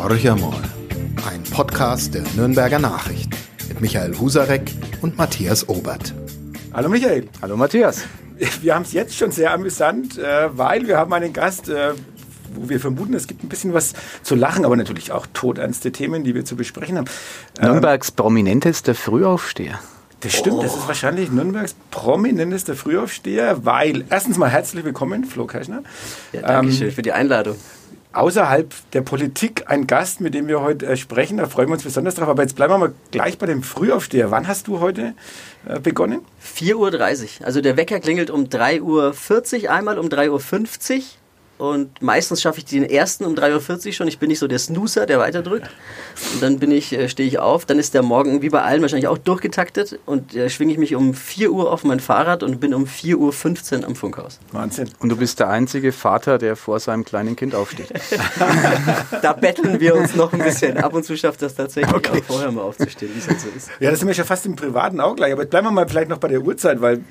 Horcher mal, ein Podcast der Nürnberger Nachrichten mit Michael Husarek und Matthias Obert. Hallo Michael. Hallo Matthias. Wir haben es jetzt schon sehr amüsant, weil wir haben einen Gast, wo wir vermuten, es gibt ein bisschen was zu lachen, aber natürlich auch todernste Themen, die wir zu besprechen haben. Nürnbergs prominentester Frühaufsteher. Das stimmt, das ist wahrscheinlich Nürnbergs prominentester Frühaufsteher, weil, erstens mal herzlich willkommen, Flo Kerschner. Ja, danke schön für die Einladung. Außerhalb der Politik ein Gast, mit dem wir heute sprechen, da freuen wir uns besonders drauf. Aber jetzt bleiben wir mal gleich bei dem Frühaufsteher. Wann hast du heute begonnen? 4:30 Uhr. Also der Wecker klingelt um 3:40 Uhr, einmal um 3:50 Uhr. Und meistens schaffe ich den ersten um 3:40 Uhr schon. Ich bin nicht so der Snoozer, der weiterdrückt. Und dann stehe ich auf. Dann ist der Morgen wie bei allen wahrscheinlich auch durchgetaktet. Und schwinge ich mich um 4 Uhr auf mein Fahrrad und bin um 4:15 Uhr am Funkhaus. Wahnsinn. Und du bist der einzige Vater, der vor seinem kleinen Kind aufsteht. Da betteln wir uns noch ein bisschen. Ab und zu schafft das tatsächlich auch vorher mal aufzustehen, wie es halt so ist. Ja, das sind wir schon fast im Privaten auch gleich. Aber bleiben wir mal vielleicht noch bei der Uhrzeit, weil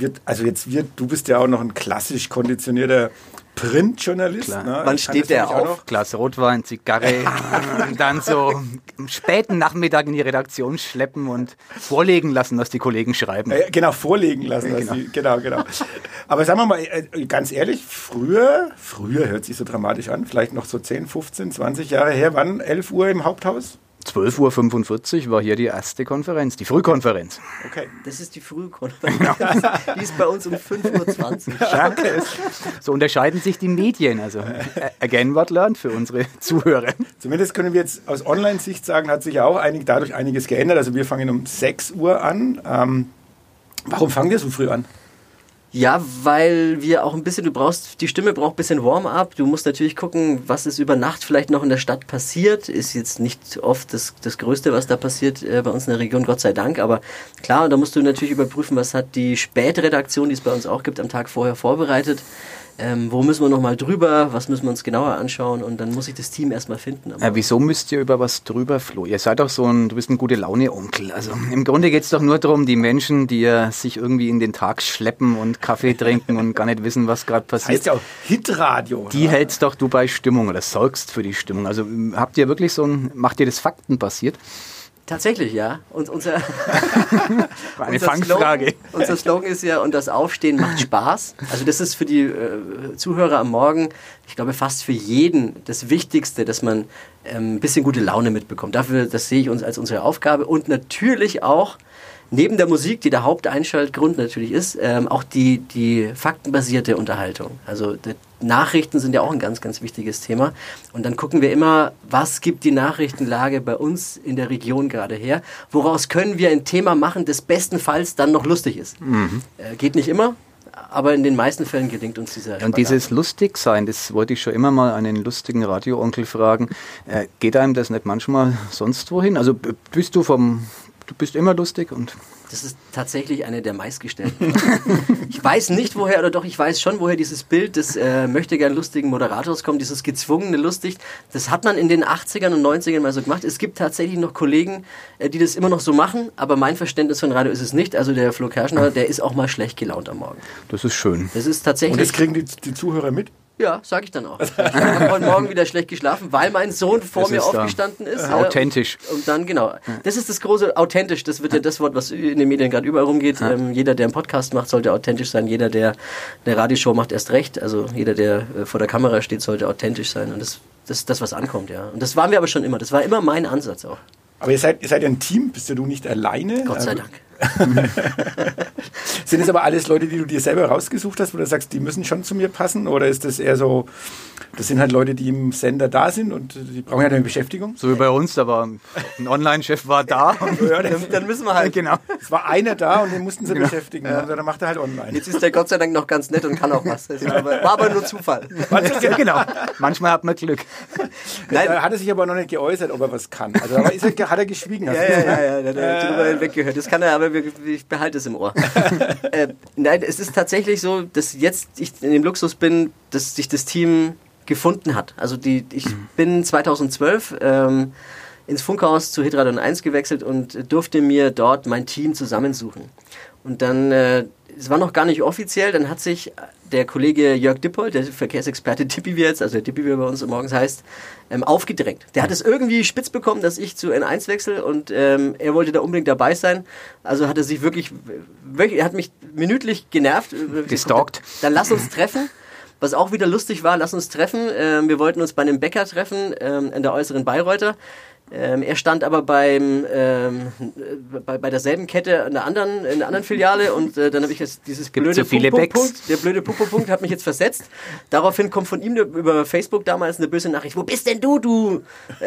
du bist ja auch noch ein klassisch konditionierter Printjournalist. Ne? Wann steht der auf? Glas Rotwein, Zigarre, dann so am späten Nachmittag in die Redaktion schleppen und vorlegen lassen, was die Kollegen schreiben. Genau, vorlegen lassen. Genau. Aber sagen wir mal, ganz ehrlich, früher hört sich so dramatisch an, vielleicht noch so 10, 15, 20 Jahre her, wann 11 Uhr im Haupthaus? 12:45 Uhr war hier die erste Konferenz, die Frühkonferenz. Okay. Das ist die Frühkonferenz. Die ist bei uns um 5:20 Uhr. Ja, so unterscheiden sich die Medien. Also again what learned für unsere Zuhörer. Zumindest können wir jetzt aus Online-Sicht sagen, hat sich ja auch dadurch einiges geändert. Also wir fangen um 6 Uhr an. Warum fangen wir so früh an? Ja, weil wir auch ein bisschen, die Stimme braucht ein bisschen Warm-up. Du musst natürlich gucken, was ist über Nacht vielleicht noch in der Stadt passiert. Ist jetzt nicht oft das Größte, was da passiert bei uns in der Region, Gott sei Dank. Aber klar, da musst du natürlich überprüfen, was hat die Spätredaktion, die es bei uns auch gibt, am Tag vorher vorbereitet. Wo müssen wir nochmal drüber, was müssen wir uns genauer anschauen und dann muss ich das Team erstmal finden. Wieso müsst ihr über was drüber, Flo? Ihr seid doch du bist ein gute Laune-Onkel. Also im Grunde geht es doch nur darum, die Menschen, die sich irgendwie in den Tag schleppen und Kaffee trinken und gar nicht wissen, was gerade passiert. Das heißt ja auch Hitradio. Die hältst doch du bei Stimmung oder sorgst für die Stimmung. Also habt ihr wirklich macht ihr das faktenbasiert? Tatsächlich, ja. Und eine Fangfrage. Unser Slogan ist ja, und das Aufstehen macht Spaß. Also das ist für die Zuhörer am Morgen, ich glaube fast für jeden das Wichtigste, dass man ein bisschen gute Laune mitbekommt. Das sehe ich uns als unsere Aufgabe und natürlich auch neben der Musik, die der Haupteinschaltgrund natürlich ist, auch die faktenbasierte Unterhaltung. Also Nachrichten sind ja auch ein ganz, ganz wichtiges Thema. Und dann gucken wir immer, was gibt die Nachrichtenlage bei uns in der Region gerade her? Woraus können wir ein Thema machen, das bestenfalls dann noch lustig ist? Geht nicht immer, aber in den meisten Fällen gelingt uns dieser Spagat. Und dieses Lustigsein, das wollte ich schon immer mal einen lustigen Radio-Onkel fragen. Geht einem das nicht manchmal sonst wohin? Also du bist immer lustig und... Das ist tatsächlich eine der meistgestellten. Ich weiß nicht woher, oder doch, ich weiß schon, woher dieses Bild des möchtegern lustigen Moderators kommt, dieses gezwungene Lustig. Das hat man in den 80ern und 90ern mal so gemacht. Es gibt tatsächlich noch Kollegen, die das immer noch so machen, aber mein Verständnis von Radio ist es nicht. Also der Flo Kerschner, der ist auch mal schlecht gelaunt am Morgen. Das ist schön. Das ist tatsächlich... Und das kriegen die Zuhörer mit? Ja, sag ich dann auch. Ich habe heute Morgen wieder schlecht geschlafen, weil mein Sohn vor mir aufgestanden ist. Authentisch. Und dann, genau. Das ist das große authentisch. Das wird ja das Wort, was in den Medien gerade überall rumgeht. Jeder, der einen Podcast macht, sollte authentisch sein. Jeder, der eine Radioshow macht, erst recht. Also jeder, der vor der Kamera steht, sollte authentisch sein. Und das ist das, was ankommt, ja. Und das waren wir aber schon immer. Das war immer mein Ansatz auch. Aber ihr seid ja ein Team. Bist ja du nicht alleine? Gott sei Dank. Sind es aber alles Leute, die du dir selber rausgesucht hast, wo du sagst, die müssen schon zu mir passen? Oder ist das eher so, das sind halt Leute, die im Sender da sind und die brauchen ja eine Beschäftigung? So wie bei uns, aber ein Online-Chef war da. Dann müssen wir halt. Genau. Es war einer da und den mussten sie beschäftigen. Ja. Dann macht er halt online. Jetzt ist der Gott sei Dank noch ganz nett und kann auch was. War aber nur Zufall. Ja, genau. Manchmal hat man Glück. Nein. Da hat er sich aber noch nicht geäußert, ob er was kann. Also aber hat er geschwiegen. Ja, der hat drüber hinweggehört. Das kann er, aber ich behalte es im Ohr. Nein, es ist tatsächlich so, dass jetzt ich in dem Luxus bin, dass sich das Team gefunden hat. Also ich bin 2012 ins Funkhaus zu Hitradio 1 gewechselt und durfte mir dort mein Team zusammensuchen. Und dann, es war noch gar nicht offiziell, dann hat sich der Kollege Jörg Dippold, der Verkehrsexperte Dippi jetzt, also der Dippi, wie er bei uns morgens heißt, aufgedrängt. Der hat es irgendwie spitz bekommen, dass ich zu N1 wechsle und er wollte da unbedingt dabei sein. Also hat er sich wirklich er hat mich minütlich genervt. Gestalkt. Dann lass uns treffen. Was auch wieder lustig war, lass uns treffen. Wir wollten uns bei einem Bäcker treffen, in der äußeren Bayreuther. Er stand aber bei derselben Kette in der anderen Filiale und dann habe ich jetzt dieses blöde Punkt hat mich jetzt versetzt. Daraufhin kommt von ihm über Facebook damals eine böse Nachricht, wo bist denn du?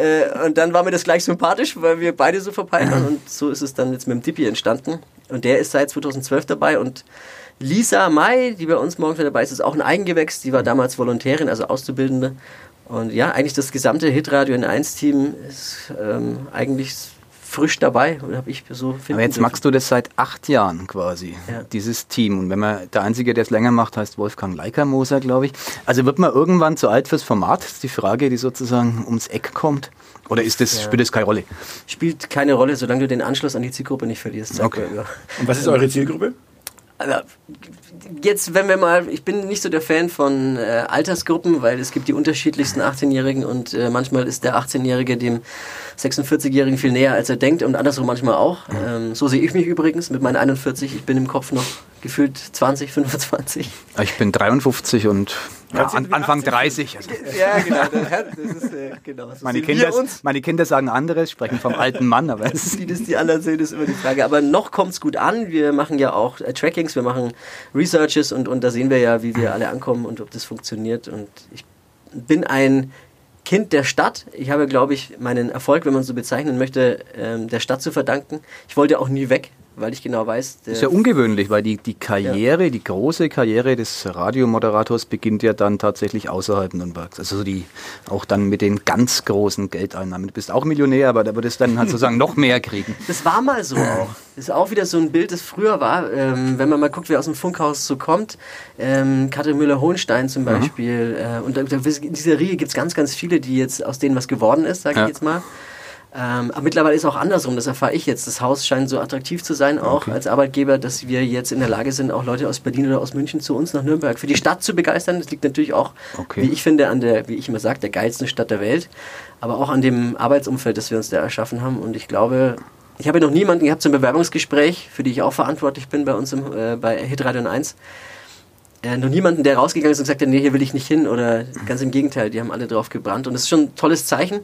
Und dann war mir das gleich sympathisch, weil wir beide so verpeilt waren und so ist es dann jetzt mit dem Dippi entstanden. Und der ist seit 2012 dabei und Lisa May, die bei uns morgens dabei ist auch ein Eigengewächs, die war damals Volontärin, also Auszubildende. Und ja, eigentlich das gesamte Hitradio N1-Team ist eigentlich frisch dabei. Habe ich so finden Aber jetzt dürfen. machst du das seit 8 Jahren quasi, dieses Team. Und wenn man der Einzige, der es länger macht, heißt Wolfgang Leikermoser, glaube ich. Also wird man irgendwann zu alt fürs Format? Das ist die Frage, die sozusagen ums Eck kommt. Oder spielt das keine Rolle? Spielt keine Rolle, solange du den Anschluss an die Zielgruppe nicht verlierst. Okay. Und was ist eure Zielgruppe? Also, jetzt, ich bin nicht so der Fan von Altersgruppen, weil es gibt die unterschiedlichsten 18-Jährigen und manchmal ist der 18-Jährige dem 46-Jährigen viel näher, als er denkt und andersrum manchmal auch. So sehe ich mich übrigens mit meinen 41. Ich bin im Kopf noch gefühlt 20, 25. Ich bin 53 und Anfang 30. Also. Ja, genau. Das ist, genau. So meine Kinder sagen anderes, sprechen vom alten Mann, aber wie das die anderen sehen, ist immer die Frage. Aber noch kommt es gut an. Wir machen ja auch Trackings, wir machen Researches und da sehen wir ja, wie wir alle ankommen und ob das funktioniert. Und ich bin ein Kind der Stadt. Ich habe, glaube ich, meinen Erfolg, wenn man so bezeichnen möchte, der Stadt zu verdanken. Ich wollte auch nie weg, weil ich genau weiß... Das ist ja ungewöhnlich, weil die Karriere, die große Karriere des Radiomoderators beginnt ja dann tatsächlich außerhalb Nürnbergs. Also auch dann mit den ganz großen Geldeinnahmen. Du bist auch Millionär, aber da würdest du dann halt sozusagen noch mehr kriegen. Das war mal so auch. Das ist auch wieder so ein Bild, das früher war. Wenn man mal guckt, wer aus dem Funkhaus so kommt. Katrin Müller-Hohenstein zum Beispiel. Und in dieser Riege gibt es ganz, ganz viele, die jetzt aus denen was geworden ist, sage ich jetzt mal. Aber mittlerweile ist es auch andersrum, das erfahre ich jetzt. Das Haus scheint so attraktiv zu sein, auch als Arbeitgeber, dass wir jetzt in der Lage sind, auch Leute aus Berlin oder aus München zu uns nach Nürnberg für die Stadt zu begeistern. Das liegt natürlich auch, wie ich finde, an der, wie ich immer sage, der geilsten Stadt der Welt, aber auch an dem Arbeitsumfeld, das wir uns da erschaffen haben. Und ich glaube, ich habe noch niemanden gehabt zum Bewerbungsgespräch, für die ich auch verantwortlich bin bei uns bei Hitradio N1. Noch niemanden, der rausgegangen ist und gesagt hat, nee, hier will ich nicht hin, oder ganz im Gegenteil, die haben alle drauf gebrannt. Und das ist schon ein tolles Zeichen.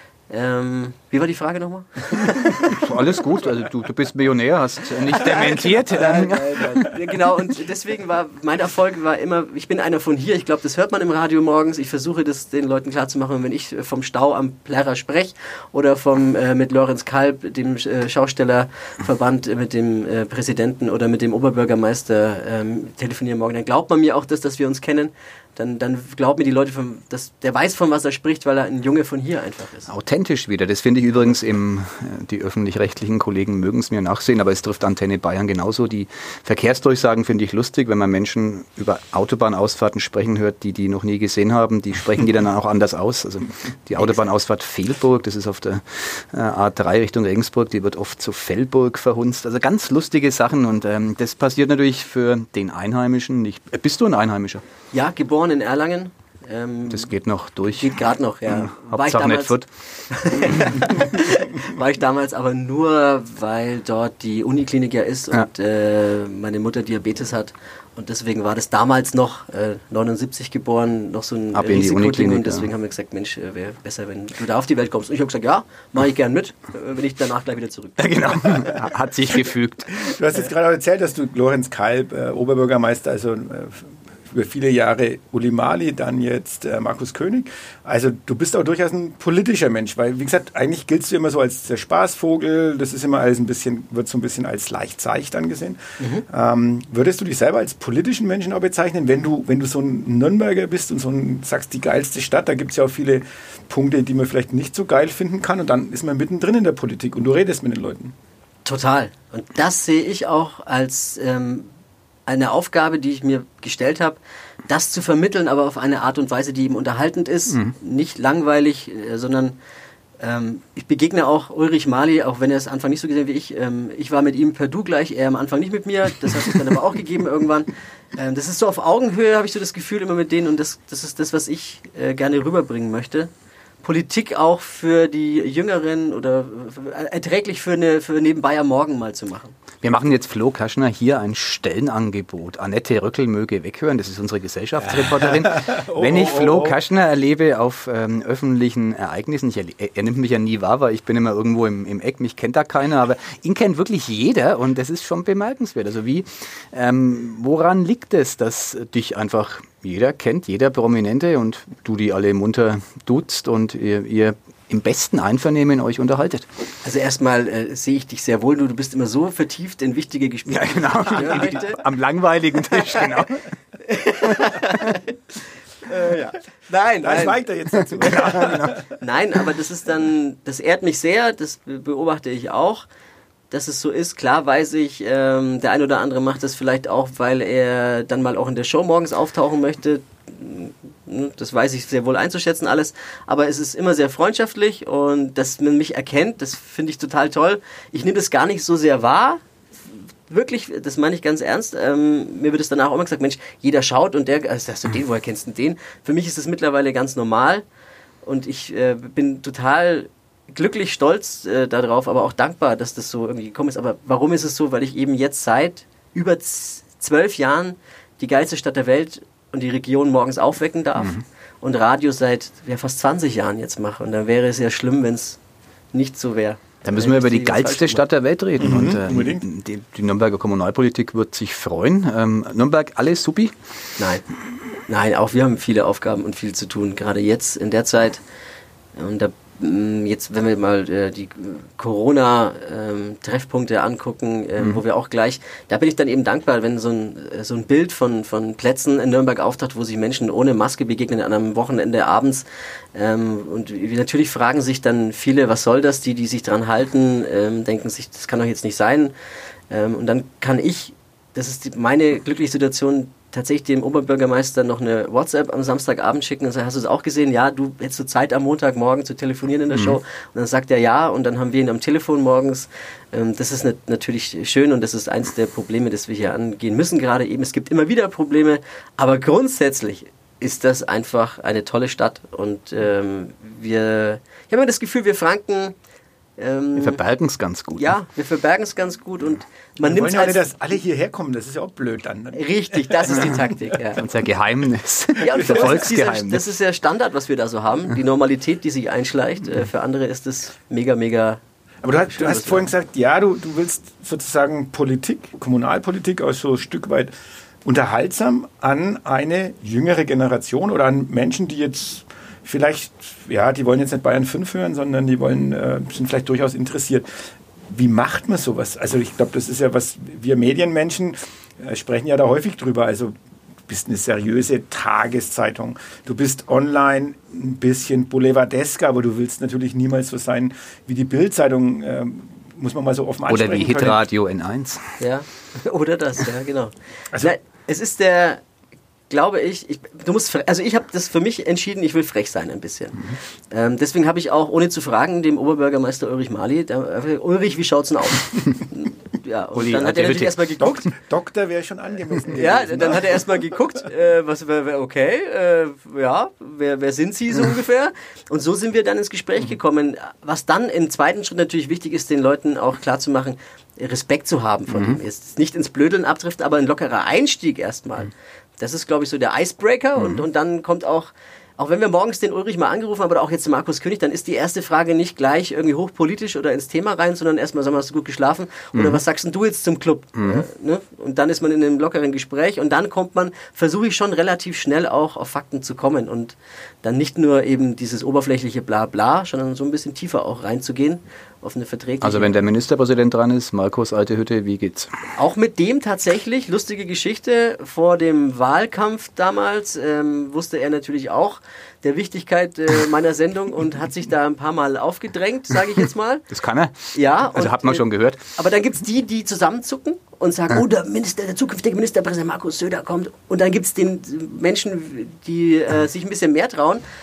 Wie war die Frage nochmal? Alles gut, also du bist Millionär, hast nicht dementiert. Nein. Genau, und deswegen war mein Erfolg immer, ich bin einer von hier, ich glaube, das hört man im Radio morgens, ich versuche das den Leuten klarzumachen, wenn ich vom Stau am Plärrer spreche oder mit Lorenz Kalb, dem Schaustellerverband, mit dem Präsidenten oder mit dem Oberbürgermeister telefonieren morgen, dann glaubt man mir auch, dass wir uns kennen. Dann glauben mir die Leute, dass der weiß, von was er spricht, weil er ein Junge von hier einfach ist. Authentisch wieder. Das finde ich übrigens die öffentlich-rechtlichen Kollegen mögen es mir nachsehen, aber es trifft Antenne Bayern genauso. Die Verkehrsdurchsagen finde ich lustig, wenn man Menschen über Autobahnausfahrten sprechen hört, die noch nie gesehen haben. Die sprechen die dann auch anders aus. Also die Autobahnausfahrt Fehlburg, das ist auf der A3 Richtung Regensburg, die wird oft zu Fellburg verhunzt. Also ganz lustige Sachen und das passiert natürlich für den Einheimischen nicht. Bist du ein Einheimischer? Ja, geboren in Erlangen. Das geht noch durch. Geht gerade noch, ja. Hauptsache nicht Fürth. War ich damals aber nur, weil dort die Uniklinik ja ist und meine Mutter Diabetes hat. Und deswegen war das damals noch, 79 geboren, noch so ein Risikoding. Und deswegen haben wir gesagt, Mensch, wäre besser, wenn du da auf die Welt kommst. Und ich habe gesagt, ja, mache ich gern mit, wenn ich danach gleich wieder zurück bin. Genau, hat sich gefügt. Du hast jetzt gerade erzählt, dass du Lorenz Kalb, Oberbürgermeister, also über viele Jahre Uli Mali, dann jetzt Markus König. Also du bist auch durchaus ein politischer Mensch, weil, wie gesagt, eigentlich giltst du immer so als der Spaßvogel, das ist immer alles wird so ein bisschen als leicht seicht angesehen. Würdest du dich selber als politischen Menschen auch bezeichnen, wenn du so ein Nürnberger bist und sagst, die geilste Stadt, da gibt es ja auch viele Punkte, die man vielleicht nicht so geil finden kann und dann ist man mittendrin in der Politik und du redest mit den Leuten. Total. Und das sehe ich auch als eine Aufgabe, die ich mir gestellt habe, das zu vermitteln, aber auf eine Art und Weise, die eben unterhaltend ist, nicht langweilig, sondern Ich begegne auch Ulrich Mali, auch wenn er es am Anfang nicht so gesehen hat wie ich. Ich war mit ihm per Du gleich, er am Anfang nicht mit mir. Das hat sich dann aber auch gegeben irgendwann. Das ist so auf Augenhöhe, habe ich so das Gefühl immer mit denen. Und das ist das, was ich gerne rüberbringen möchte. Politik auch für die Jüngeren oder erträglich für nebenbei am Morgen mal zu machen. Wir machen jetzt Flo Kaschner hier ein Stellenangebot. Annette Röckel möge weghören, das ist unsere Gesellschaftsreporterin. Wenn ich Flo Kaschner erlebe auf öffentlichen Ereignissen, er nimmt mich ja nie wahr, weil ich bin immer irgendwo im Eck, mich kennt da keiner, aber ihn kennt wirklich jeder und das ist schon bemerkenswert. Also woran liegt es, dass dich einfach jeder kennt, jeder Prominente und du die alle munter duzt und ihr im besten Einvernehmen euch unterhaltet? Also erstmal sehe ich dich sehr wohl, du bist immer so vertieft in wichtige Gespräche. Ja, genau. Am langweiligen Tisch, genau. Ja. Nein. Schweigt er jetzt dazu. Nein, aber das ehrt mich sehr, das beobachte ich auch, dass es so ist. Klar weiß ich, der ein oder andere macht das vielleicht auch, weil er dann mal auch in der Show morgens auftauchen möchte. Das weiß ich sehr wohl einzuschätzen alles, aber es ist immer sehr freundschaftlich und dass man mich erkennt, das finde ich total toll. Ich nehme das gar nicht so sehr wahr, wirklich, das meine ich ganz ernst. Mir wird es danach auch immer gesagt, Mensch, jeder schaut und hast du den, woher kennst du den? Für mich ist das mittlerweile ganz normal und ich bin total glücklich, stolz darauf, aber auch dankbar, dass das so irgendwie gekommen ist. Aber warum ist es so? Weil ich eben jetzt seit über 12 Jahren die geilste Stadt der Welt und die Region morgens aufwecken darf und Radio seit fast 20 Jahren jetzt mache. Und dann wäre es ja schlimm, wenn es nicht so wäre. Da müssen wir über die geilste Stadt der Welt reden. Und die Nürnberger Kommunalpolitik wird sich freuen. Nürnberg, alles supi? Nein, auch wir haben viele Aufgaben und viel zu tun. Gerade jetzt in der Zeit. Und jetzt, wenn wir mal die Corona-Treffpunkte angucken, wo wir auch gleich, da bin ich dann eben dankbar, wenn so ein Bild von Plätzen in Nürnberg auftaucht, wo sich Menschen ohne Maske begegnen an einem Wochenende abends. Und natürlich fragen sich dann viele, was soll das? Die sich dran halten, denken sich, das kann doch jetzt nicht sein. Und dann kann ich, das ist meine glückliche Situation, tatsächlich dem Oberbürgermeister noch eine WhatsApp am Samstagabend schicken und sagen, hast du es auch gesehen? Ja, du hättest so Zeit am Montagmorgen zu telefonieren in der Show. Und dann sagt er ja und dann haben wir ihn am Telefon morgens. Das ist natürlich schön und das ist eins der Probleme, das wir hier angehen müssen gerade eben. Es gibt immer wieder Probleme, aber grundsätzlich ist das einfach eine tolle Stadt und ich habe immer das Gefühl, wir Franken wir verbergen es ganz gut. Ja, wir verbergen es ganz gut und man nimmt es als... dass alle hierher kommen, das ist ja auch blöd dann. Richtig, das ist die Taktik. Ja. Das ist unser Geheimnis. Ja, und für uns ist das ist ja Standard, was wir da so haben, die Normalität, die sich einschleicht. Für andere ist es mega, mega... Aber du hast vorhin gesagt, ja, du willst sozusagen Kommunalpolitik auch so ein Stück weit unterhaltsam an eine jüngere Generation oder an Menschen, die jetzt... Vielleicht, ja, die wollen jetzt nicht Bayern 5 hören, sondern die sind vielleicht durchaus interessiert. Wie macht man sowas? Also ich glaube, das ist ja was, wir Medienmenschen sprechen ja da häufig drüber. Also du bist eine seriöse Tageszeitung. Du bist online ein bisschen boulevardesker, aber du willst natürlich niemals so sein wie die Bild-Zeitung, muss man mal so offen ansprechen. Oder wie Hitradio N1. Ja, oder das, ja, genau. Also, es ist glaube ich, ich habe das für mich entschieden, ich will frech sein ein bisschen. Deswegen habe ich auch, ohne zu fragen, dem Oberbürgermeister Ulrich Mali, Ulrich, wie schaut's denn aus? Ja, und Uli, dann hat er natürlich erstmal geguckt. Doktor wäre schon angemessen. Ja, dann hat er erstmal geguckt, wer sind Sie so ungefähr? Und so sind wir dann ins Gespräch gekommen. Was dann im zweiten Schritt natürlich wichtig ist, den Leuten auch klarzumachen, Respekt zu haben von ihm. Jetzt nicht ins Blödeln abtrifft, aber ein lockerer Einstieg erstmal. Das ist, glaube ich, so der Icebreaker und dann kommt auch wenn wir morgens den Ulrich mal angerufen haben oder auch jetzt den Markus König, dann ist die erste Frage nicht gleich irgendwie hochpolitisch oder ins Thema rein, sondern erstmal, sag mal, hast du gut geschlafen? Oder was sagst denn du jetzt zum Club? Ne? Und dann ist man in einem lockeren Gespräch und dann versuche ich schon relativ schnell auch auf Fakten zu kommen und dann nicht nur eben dieses oberflächliche Blabla, sondern so ein bisschen tiefer auch reinzugehen auf eine verträgliche... Also wenn der Ministerpräsident dran ist, Markus alte Hütte, wie geht's? Auch mit dem tatsächlich, lustige Geschichte, vor dem Wahlkampf damals wusste er natürlich auch der Wichtigkeit meiner Sendung und hat sich da ein paar Mal aufgedrängt, sage ich jetzt mal. Das kann er? Ja. Also hat man schon gehört. Aber dann gibt es die zusammenzucken und sagen, der zukünftige Ministerpräsident Markus Söder kommt. Und dann gibt es den Menschen, die sich ein bisschen mehr trauen.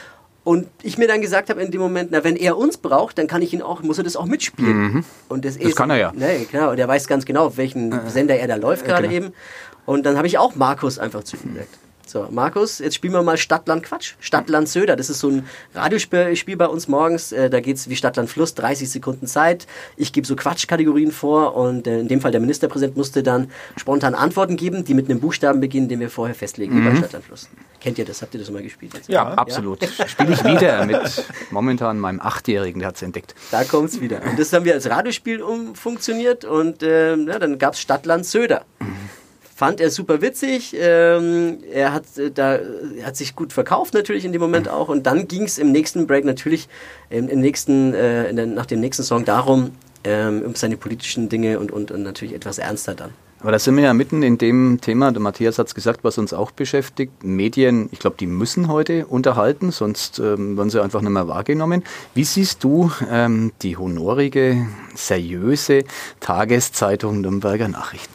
Und ich mir dann gesagt habe in dem Moment, na, wenn er uns braucht, dann muss er das auch mitspielen. Und das kann er ja. Ne, genau, und er weiß ganz genau, auf welchen Sender er da läuft gerade eben. Und dann habe ich auch Markus einfach zu ihm gesagt. So, Markus, jetzt spielen wir mal Stadtland Quatsch. Stadtland Söder, das ist so ein Radiospiel bei uns morgens. Da geht es wie Stadtland Fluss, 30 Sekunden Zeit. Ich gebe so Quatschkategorien vor und in dem Fall der Ministerpräsident musste dann spontan Antworten geben, die mit einem Buchstaben beginnen, den wir vorher festlegen, wie bei Stadtland Fluss. Kennt ihr das? Habt ihr das mal gespielt? Jetzt? Ja, absolut. Ja? Spiele ich wieder mit momentan meinem 8-Jährigen, der hat es entdeckt. Da kommt es wieder. Und das haben wir als Radiospiel umfunktioniert und dann gab es Stadtland Söder. Fand er super witzig, er hat sich gut verkauft natürlich in dem Moment auch und dann ging es im nächsten Break natürlich nach dem nächsten Song darum, um seine politischen Dinge und natürlich etwas ernster dann. Aber da sind wir ja mitten in dem Thema, der Matthias hat es gesagt, was uns auch beschäftigt. Medien, ich glaube, die müssen heute unterhalten, sonst werden sie einfach nicht mehr wahrgenommen. Wie siehst du die honorige, seriöse Tageszeitung Nürnberger Nachrichten?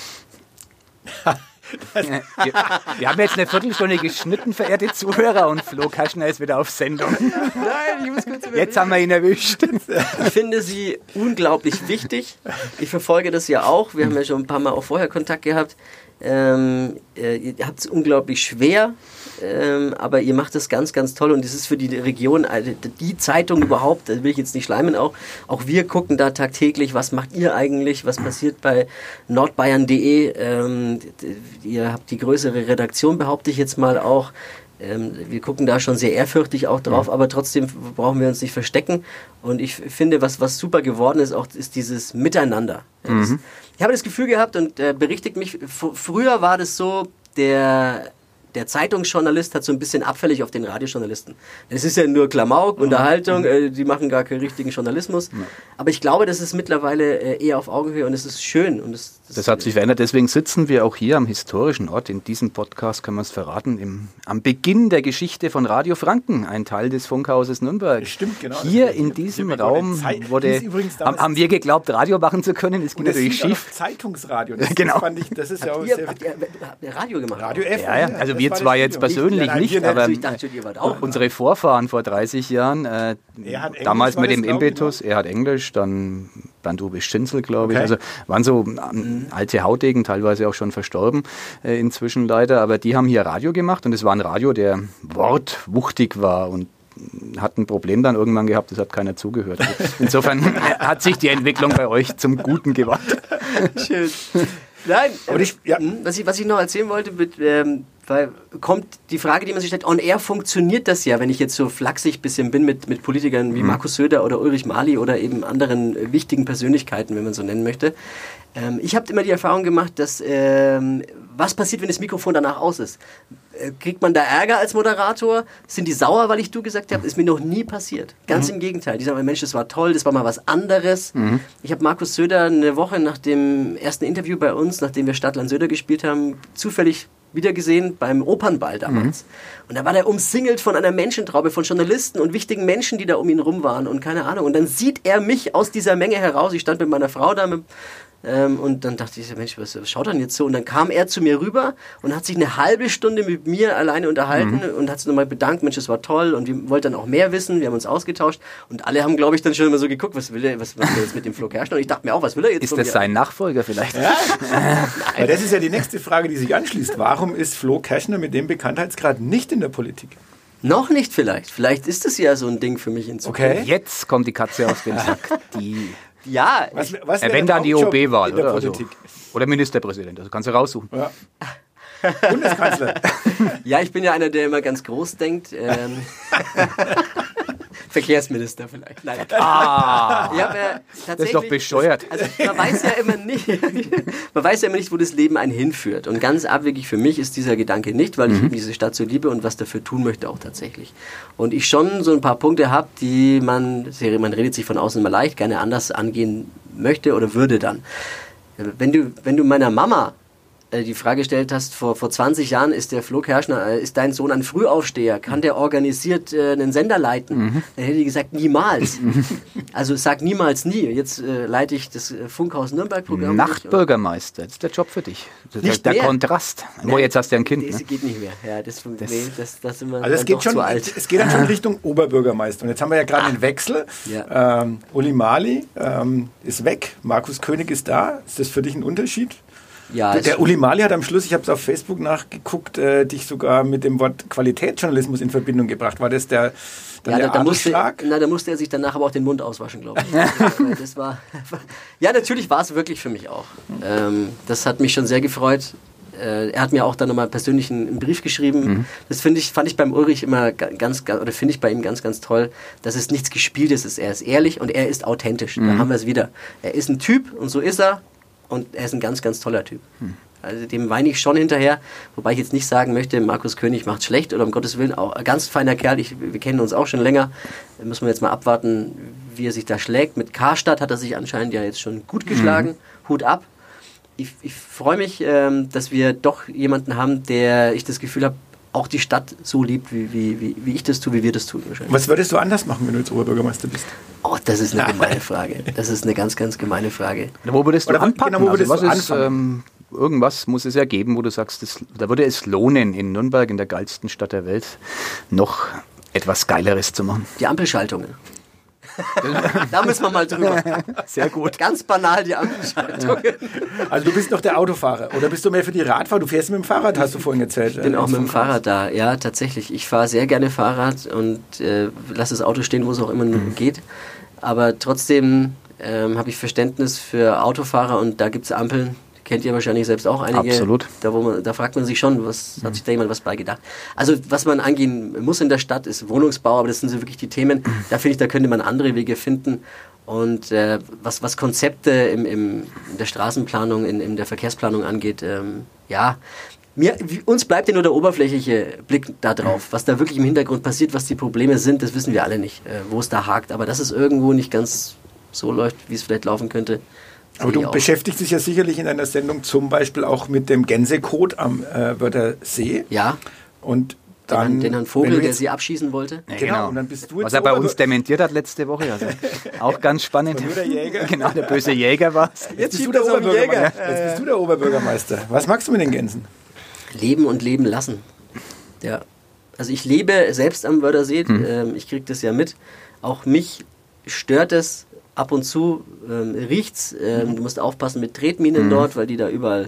Wir haben jetzt eine Viertelstunde geschnitten, verehrte Zuhörer, und Flo Kerschner ist wieder auf Sendung. Nein, ich muss kurz überlegen. Jetzt haben wir ihn erwischt. Ich finde sie unglaublich wichtig. Ich verfolge das ja auch. Wir haben ja schon ein paar Mal auch vorher Kontakt gehabt. Ihr habt es unglaublich schwer, aber ihr macht es ganz, ganz toll und das ist für die Region die Zeitung überhaupt, da will ich jetzt nicht schleimen, auch wir gucken da tagtäglich, was macht ihr eigentlich, was passiert bei nordbayern.de, ihr habt die größere Redaktion, behaupte ich jetzt mal auch. Wir gucken da schon sehr ehrfürchtig auch drauf, aber trotzdem brauchen wir uns nicht verstecken. Und ich finde, was super geworden ist, auch ist dieses Miteinander. Ich habe das Gefühl gehabt und berichtigt mich, früher war das so, der Zeitungsjournalist hat so ein bisschen abfällig auf den Radiojournalisten. Es ist ja nur Klamauk, Unterhaltung, die machen gar keinen richtigen Journalismus. Aber ich glaube, das ist mittlerweile eher auf Augenhöhe und es ist schön. Und das hat sich verändert, deswegen sitzen wir auch hier am historischen Ort. In diesem Podcast kann man es verraten, am Beginn der Geschichte von Radio Franken, ein Teil des Funkhauses Nürnberg. Stimmt, genau. Hier in diesem Raum haben wir geglaubt, Radio machen zu können. Es ging natürlich schief. Zeitungsradio. Genau. Das ist ja auch habt ihr Radio gemacht? Radio F. Ja. Also wir zwar jetzt persönlich nicht, aber ich dachte, ihr wart auch unsere Vorfahren vor 30 Jahren, damals mit dem Impetus, er hat Englisch, dann Bernd-Uwe Schinzel, glaube ich. Also waren so alte Haudegen, teilweise auch schon verstorben inzwischen leider, aber die haben hier Radio gemacht und es war ein Radio, der wortwuchtig war und hat ein Problem dann irgendwann gehabt, das hat keiner zugehört. Also insofern hat sich die Entwicklung bei euch zum Guten gewandt. Schön. Nein, aber was ich noch erzählen wollte, weil kommt die Frage, die man sich stellt, on air funktioniert das ja, wenn ich jetzt so flachsig ein bisschen bin mit Politikern wie Markus Söder oder Ulrich Mali oder eben anderen wichtigen Persönlichkeiten, wenn man so nennen möchte. Ich habe immer die Erfahrung gemacht, dass was passiert, wenn das Mikrofon danach aus ist? Kriegt man da Ärger als Moderator? Sind die sauer, weil ich du gesagt habe? Ist mir noch nie passiert. Ganz im Gegenteil. Die sagen, Mensch, das war toll, das war mal was anderes. Ich habe Markus Söder eine Woche nach dem ersten Interview bei uns, nachdem wir Stadtland Söder gespielt haben, zufällig wieder gesehen beim Opernball damals. Und da war der umsingelt von einer Menschentraube, von Journalisten und wichtigen Menschen, die da um ihn rum waren und keine Ahnung. Und dann sieht er mich aus dieser Menge heraus. Ich stand mit meiner Frau da und dann dachte ich, Mensch, was schaut er denn jetzt so? Und dann kam er zu mir rüber und hat sich eine halbe Stunde mit mir alleine unterhalten und hat sich nochmal bedankt, Mensch, das war toll und wir wollten dann auch mehr wissen, wir haben uns ausgetauscht und alle haben, glaube ich, dann schon immer so geguckt, was will er jetzt mit dem Flo Kerschner? Und ich dachte mir auch, was will er jetzt von mir? Ist das sein Nachfolger vielleicht? Ja. Aber das ist ja die nächste Frage, die sich anschließt. Warum ist Flo Kerschner mit dem Bekanntheitsgrad nicht in der Politik? Noch nicht vielleicht. Vielleicht ist es ja so ein Ding für mich in Zukunft. Okay. Jetzt kommt die Katze aus dem Sack. Ja, wenn dann die OB-Wahl oder Ministerpräsident, also kannst du raussuchen. Ja. Bundeskanzler. Ja, ich bin ja einer, der immer ganz groß denkt. Verkehrsminister vielleicht. Nein. Das ist doch bescheuert. Also man weiß ja immer nicht, wo das Leben einen hinführt. Und ganz abwegig für mich ist dieser Gedanke nicht, weil ich diese Stadt so liebe und was dafür tun möchte auch tatsächlich. Und ich schon so ein paar Punkte habe, die man redet sich von außen immer leicht, gerne anders angehen möchte oder würde dann. Wenn du meiner Mama die Frage gestellt hast, vor 20 Jahren ist der Flo Kerschner, ist dein Sohn ein Frühaufsteher? Kann der organisiert einen Sender leiten? Dann hätte ich gesagt, niemals. Also sag niemals nie. Jetzt leite ich das Funkhaus Nürnberg-Programm. Nachtbürgermeister, das ist der Job für dich. Das ist der Kontrast. Nein, jetzt hast du ja ein Kind. Das geht nicht mehr. Ja, das sind wir also es geht schon, zu alt. Es geht dann schon Richtung Oberbürgermeister. Und jetzt haben wir ja gerade einen Wechsel. Ja. Uli Mali ist weg, Markus König ist da. Ist das für dich ein Unterschied? Ja, der Uli Mali hat am Schluss, ich habe es auf Facebook nachgeguckt, dich sogar mit dem Wort Qualitätsjournalismus in Verbindung gebracht. War das der Adelsschlag? Da musste er sich danach aber auch den Mund auswaschen, glaube ich. Das war, ja, natürlich war es wirklich für mich auch. Das hat mich schon sehr gefreut. Er hat mir auch dann nochmal persönlich einen Brief geschrieben. Das fand ich beim Ulrich immer finde ich bei ihm ganz, ganz toll, dass es nichts Gespieltes ist. Er ist ehrlich und er ist authentisch. Da haben wir es wieder. Er ist ein Typ und so ist er. Und er ist ein ganz, ganz toller Typ. Also dem weine ich schon hinterher, wobei ich jetzt nicht sagen möchte, Markus König macht schlecht oder um Gottes Willen, auch ein ganz feiner Kerl, wir kennen uns auch schon länger. Da müssen wir jetzt mal abwarten, wie er sich da schlägt. Mit Karstadt hat er sich anscheinend ja jetzt schon gut geschlagen. Hut ab. Ich freue mich, dass wir doch jemanden haben, der ich das Gefühl habe, auch die Stadt so liebt, wie ich das tue, wie wir das tun. Was würdest du anders machen, wenn du jetzt Oberbürgermeister bist? Oh, das ist eine gemeine Frage. Das ist eine ganz, ganz gemeine Frage. Wo würdest du anpacken? Irgendwas muss es ja geben, wo du sagst, da würde es lohnen, in Nürnberg, in der geilsten Stadt der Welt, noch etwas Geileres zu machen. Die Ampelschaltungen. Da müssen wir mal drüber. Sehr gut. Ganz banal die Ampelschaltungen. Also du bist noch der Autofahrer oder bist du mehr für die Radfahrt? Du fährst mit dem Fahrrad, hast du vorhin erzählt. Ich bin auch mit dem Fahrrad da, ja, tatsächlich. Ich fahre sehr gerne Fahrrad und lasse das Auto stehen, wo es auch immer geht. Aber trotzdem habe ich Verständnis für Autofahrer und da gibt es Ampeln. Kennt ihr wahrscheinlich selbst auch einige. Absolut. Da fragt man sich schon, hat sich da jemand was bei gedacht? Also was man angehen muss in der Stadt ist Wohnungsbau, aber das sind so wirklich die Themen. Da finde ich, da könnte man andere Wege finden. Und was Konzepte in der Straßenplanung, in der Verkehrsplanung angeht, uns bleibt ja nur der oberflächliche Blick da drauf. Was da wirklich im Hintergrund passiert, was die Probleme sind, das wissen wir alle nicht, wo es da hakt. Aber dass es irgendwo nicht ganz so läuft, wie es vielleicht laufen könnte. Aber du beschäftigst dich ja sicherlich in einer Sendung zum Beispiel auch mit dem Gänsekot am Wörthersee. Ja. Und dann, den Herrn Vogel, der sie abschießen wollte. Ja, genau. Und dann bist du jetzt was er bei uns dementiert hat letzte Woche. Also auch ganz spannend. Der Jäger. Genau, der böse Jäger war es. Jetzt bist du der Oberbürgermeister. Jetzt bist du der Oberbürgermeister. Was magst du mit den Gänsen? Leben und leben lassen. Ja. Also ich lebe selbst am Wörthersee. Ich kriege das ja mit. Auch mich stört es. Ab und zu riecht's. Du musst aufpassen mit Tretminen dort, weil die da überall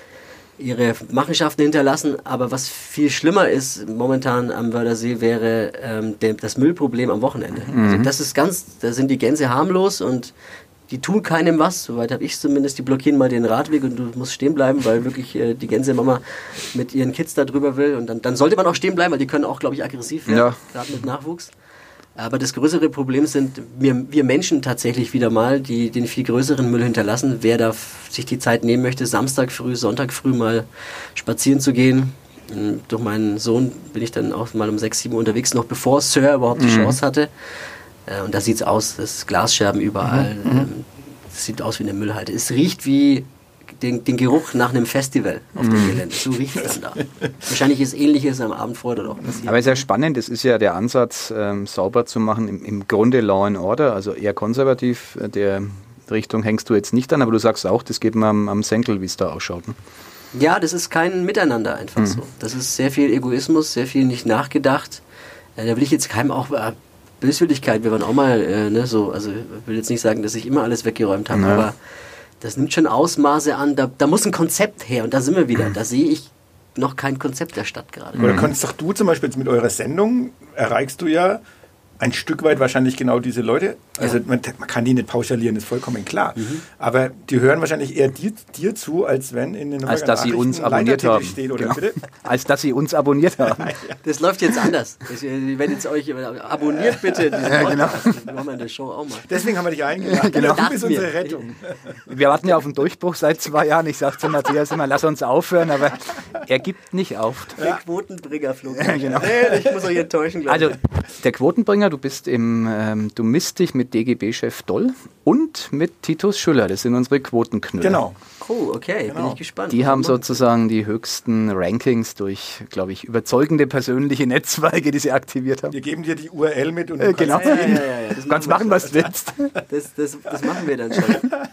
ihre Machenschaften hinterlassen. Aber was viel schlimmer ist momentan am Wörthersee wäre das Müllproblem am Wochenende. Also das ist da sind die Gänse harmlos und die tun keinem was. Soweit habe ich zumindest. Die blockieren mal den Radweg und du musst stehen bleiben, weil wirklich die Gänsemama mit ihren Kids da drüber will. Und dann sollte man auch stehen bleiben, weil die können auch, glaube ich, aggressiv werden, gerade mit Nachwuchs. Aber das größere Problem sind wir Menschen tatsächlich wieder mal, die den viel größeren Müll hinterlassen. Wer da sich die Zeit nehmen möchte, Samstag früh, Sonntag früh mal spazieren zu gehen. Durch meinen Sohn bin ich dann auch mal um 6, 7 Uhr unterwegs, noch bevor Sir überhaupt die Chance hatte. Und da sieht's aus, das ist Glasscherben überall. Es sieht aus wie eine Müllhalde. Es riecht wie den Geruch nach einem Festival auf dem Gelände. So riecht es dann da. Wahrscheinlich ist Ähnliches am Abend vorher doch passiert. Aber es ist ja spannend, es ist ja der Ansatz, sauber zu machen, im Grunde Law and Order, also eher konservativ. Der Richtung hängst du jetzt nicht an, aber du sagst auch, das geht mir am Senkel, wie es da ausschaut. Ne? Ja, das ist kein Miteinander einfach so. Das ist sehr viel Egoismus, sehr viel nicht nachgedacht. Da will ich jetzt keinem auch... Böswilligkeit, wir waren auch mal also ich will jetzt nicht sagen, dass ich immer alles weggeräumt habe, aber das nimmt schon Ausmaße an, da muss ein Konzept her und da sind wir wieder, da sehe ich noch kein Konzept der Stadt gerade. Oder kannst doch du zum Beispiel jetzt mit eurer Sendung, erreichst du ja ein Stück weit wahrscheinlich genau diese Leute, also man kann die nicht pauschalieren, ist vollkommen klar, aber die hören wahrscheinlich eher dir zu, als wenn in den als dass sie uns abonniert haben. Steht, oder bitte? Als dass sie uns abonniert haben. Das läuft jetzt anders. Wenn jetzt euch abonniert bitte diesen Podcast. Das machen wir in der Show auch mal. Deswegen haben wir dich eingeladen. Genau. Du bist unsere Rettung. Wir warten ja auf den Durchbruch seit 2 Jahren. Ich sage zu Matthias immer, lass uns aufhören, aber er gibt nicht auf. Der Quotenbringer flog. Genau. Nee, ich muss euch enttäuschen, glaube ich. Also der Quotenbringer, du misst dich mit DGB-Chef Doll und mit Titus Schüller. Das sind unsere Quotenknüller. Genau. Oh, okay, bin ich gespannt. Die haben sozusagen die höchsten Rankings durch, glaube ich, überzeugende persönliche Netzwerke, die sie aktiviert haben. Wir geben dir die URL mit und du genau. Du kannst machen, was du willst. Das machen wir dann schon.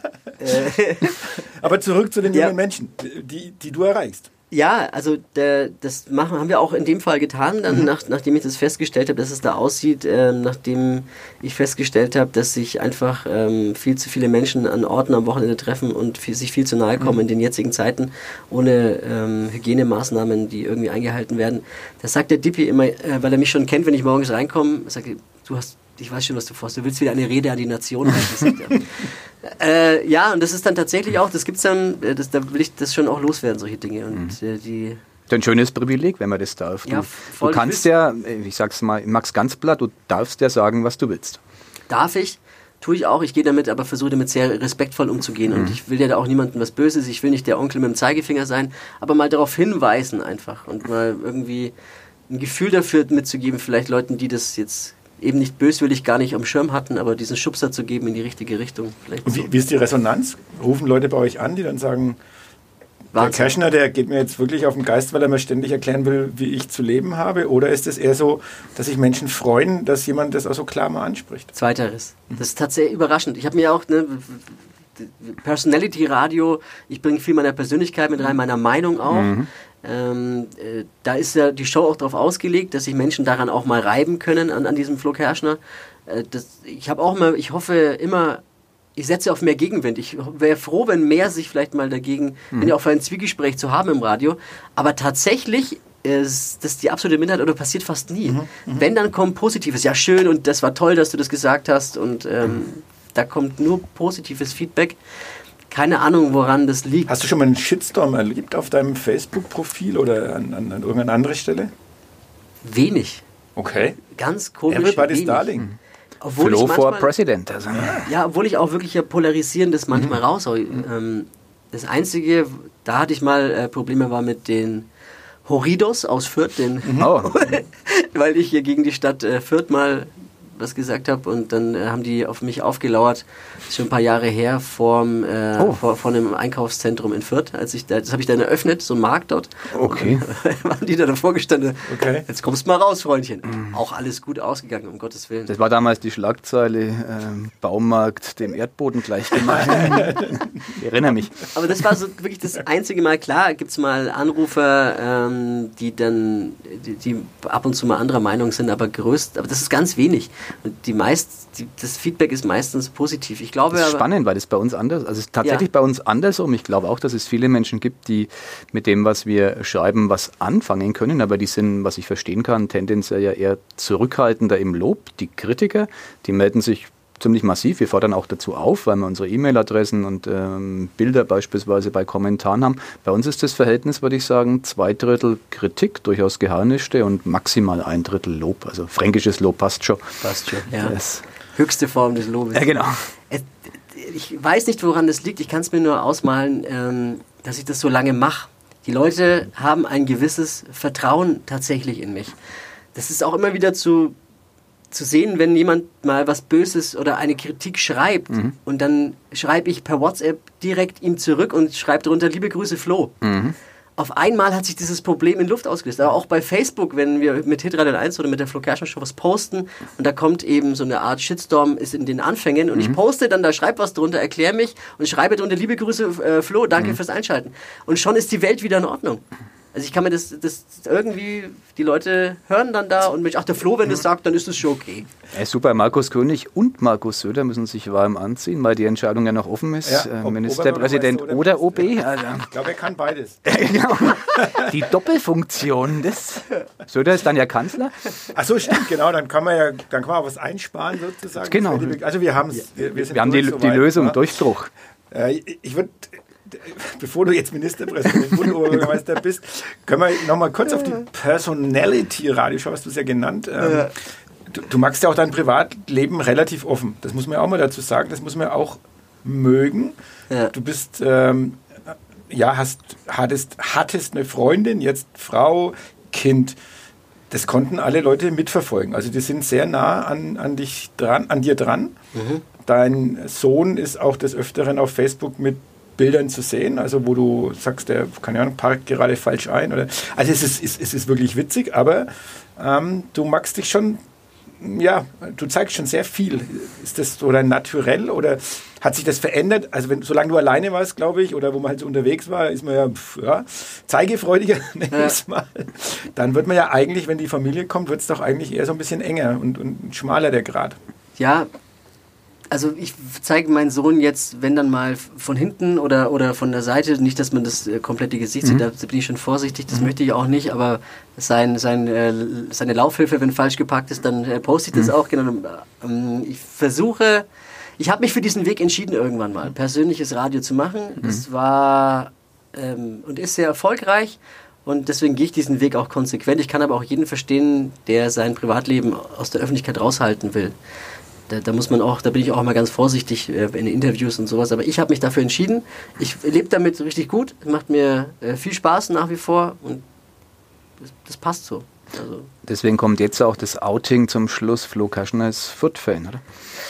Aber zurück zu den jungen Menschen, die du erreichst. Ja, also das haben wir auch in dem Fall getan, dann nachdem ich das festgestellt habe, dass es da aussieht, nachdem ich festgestellt habe, dass sich einfach viel zu viele Menschen an Orten am Wochenende treffen und sich viel zu nahe kommen in den jetzigen Zeiten, ohne Hygienemaßnahmen, die irgendwie eingehalten werden. Das sagt der Dippi immer, weil er mich schon kennt, wenn ich morgens reinkomme, sagt er, ich weiß schon, was du vorhast. Du willst wieder eine Rede an die Nation halten. Ja, und das ist dann tatsächlich auch, das gibt's dann, da will ich das schon auch loswerden, solche Dinge. Und Das ist ein schönes Privileg, wenn man das darf. Du kannst ja, ich sag's mal, Max ganz platt, du darfst ja sagen, was du willst. Darf ich? Tue ich auch. Ich gehe damit, aber versuche damit sehr respektvoll umzugehen. Und ich will ja da auch niemandem was Böses. Ich will nicht der Onkel mit dem Zeigefinger sein, aber mal darauf hinweisen einfach und mal irgendwie ein Gefühl dafür mitzugeben, vielleicht Leuten, die das jetzt eben nicht böswillig gar nicht am Schirm hatten, aber diesen Schubser zu geben in die richtige Richtung. Und wie ist die Resonanz? Rufen Leute bei euch an, die dann sagen, der Kerschner, der geht mir jetzt wirklich auf den Geist, weil er mir ständig erklären will, wie ich zu leben habe? Oder ist es eher so, dass sich Menschen freuen, dass jemand das auch so klar mal anspricht? Zweiteres. Das ist tatsächlich überraschend. Ich habe mir auch Personality Radio, ich bringe viel meiner Persönlichkeit mit rein, meiner Meinung auch. Da ist ja die Show auch darauf ausgelegt, dass sich Menschen daran auch mal reiben können an diesem Flo Kerschner. Ich hoffe immer, ich setze auf mehr Gegenwind. Ich wäre froh, wenn mehr sich vielleicht mal dagegen, bin ja auch für ein Zwiegespräch zu haben im Radio, aber tatsächlich ist das die absolute Minderheit oder passiert fast nie. Wenn, dann kommt Positives. Ja, schön und das war toll, dass du das gesagt hast und da kommt nur positives Feedback. Keine Ahnung, woran das liegt. Hast du schon mal einen Shitstorm erlebt auf deinem Facebook-Profil oder an irgendeiner anderen Stelle? Wenig. Okay. Ganz komisch. Everybody's Darling. Flo for President. Also. Ja, obwohl ich auch wirklich Polarisierendes manchmal raushaue. Das Einzige, da hatte ich mal Probleme, war mit den Horridos aus Fürth, weil ich hier gegen die Stadt Fürth mal was gesagt habe und dann haben die auf mich aufgelauert, schon ein paar Jahre her, vor einem Einkaufszentrum in Fürth, das habe ich dann eröffnet, so ein Markt dort. Okay. Waren die da davor gestanden, Jetzt kommst du mal raus, Freundchen. Auch alles gut ausgegangen, um Gottes Willen. Das war damals die Schlagzeile, Baumarkt dem Erdboden gleichgemacht. Ich erinnere mich. Aber das war so wirklich das einzige Mal, klar, gibt es mal Anrufer, die ab und zu mal anderer Meinung sind, aber das ist ganz wenig. Und das Feedback ist meistens positiv. Ich glaube, das ist spannend, weil das bei uns anders, also es ist tatsächlich bei uns andersrum. Ich glaube auch, dass es viele Menschen gibt, die mit dem, was wir schreiben, was anfangen können, aber die sind, was ich verstehen kann, tendenziell ja eher zurückhaltender im Lob. Die Kritiker, die melden sich ziemlich massiv. Wir fordern auch dazu auf, weil wir unsere E-Mail-Adressen und Bilder beispielsweise bei Kommentaren haben. Bei uns ist das Verhältnis, würde ich sagen, 2/3 Kritik, durchaus geharnischte und maximal 1/3 Lob. Also fränkisches Lob passt schon. Passt schon, ja. Höchste Form des Lobes. Ja, genau. Ich weiß nicht, woran das liegt. Ich kann es mir nur ausmalen, dass ich das so lange mache. Die Leute haben ein gewisses Vertrauen tatsächlich in mich. Das ist auch immer wieder zu sehen, wenn jemand mal was Böses oder eine Kritik schreibt und dann schreibe ich per WhatsApp direkt ihm zurück und schreibe darunter, liebe Grüße Flo. Auf einmal hat sich dieses Problem in Luft ausgelöst. Aber auch bei Facebook, wenn wir mit Hitradio 1 oder mit der Flo Kerschner Show was posten und da kommt eben so eine Art Shitstorm, ist in den Anfängen und ich poste dann, da schreibe was drunter, erkläre mich und schreibe drunter, liebe Grüße Flo, danke fürs Einschalten. Und schon ist die Welt wieder in Ordnung. Also ich kann mir das irgendwie, die Leute hören dann da und mich, der Flo, wenn das sagt, dann ist das schon okay. Super, Markus König und Markus Söder müssen sich warm anziehen, weil die Entscheidung ja noch offen ist. Ja, Ministerpräsident oder OB. Also. Ich glaube, er kann beides. Genau. Die Doppelfunktion. Söder ist dann ja Kanzler. Ach so, stimmt, genau. Dann kann man auch was einsparen sozusagen. Genau. Also wir haben die Lösung, ja. Durchbruch. Ich würde... Bevor du jetzt Ministerpräsident und Oberbürgermeister bist, können wir nochmal kurz auf die Personality-Radio-Show, hast du es ja genannt. Du magst ja auch dein Privatleben relativ offen. Das muss man ja auch mal dazu sagen. Das muss man auch mögen. Ja. Du bist, hattest eine Freundin, jetzt Frau, Kind. Das konnten alle Leute mitverfolgen. Also die sind sehr nah an dir dran. Dein Sohn ist auch des Öfteren auf Facebook mit Bildern zu sehen, also wo du sagst, der, keine Ahnung, parkt gerade falsch ein. Oder, also es ist wirklich witzig, aber du magst dich schon, ja, du zeigst schon sehr viel. Ist das so dein Naturell oder hat sich das verändert? Also solange du alleine warst, glaube ich, oder wo man halt so unterwegs war, ist man ja zeigefreudiger, nenne ich es mal. Dann wird man ja eigentlich, wenn die Familie kommt, wird es doch eigentlich eher so ein bisschen enger und schmaler der Grat. Ja, also ich zeige meinen Sohn jetzt, wenn dann mal von hinten oder von der Seite, nicht, dass man das komplette Gesicht sieht, da bin ich schon vorsichtig, das möchte ich auch nicht, aber seine Laufhilfe, wenn falsch geparkt ist, dann poste ich das auch. Genau. Ich habe mich für diesen Weg entschieden, irgendwann mal persönliches Radio zu machen. Das war und ist sehr erfolgreich und deswegen gehe ich diesen Weg auch konsequent. Ich kann aber auch jeden verstehen, der sein Privatleben aus der Öffentlichkeit raushalten will. Da bin ich auch immer ganz vorsichtig in Interviews und sowas, aber ich habe mich dafür entschieden. Ich lebe damit richtig gut, es macht mir viel Spaß nach wie vor und das passt so. Also. Deswegen kommt jetzt auch das Outing zum Schluss. Flo Kerschner ist Fürth-Fan, oder?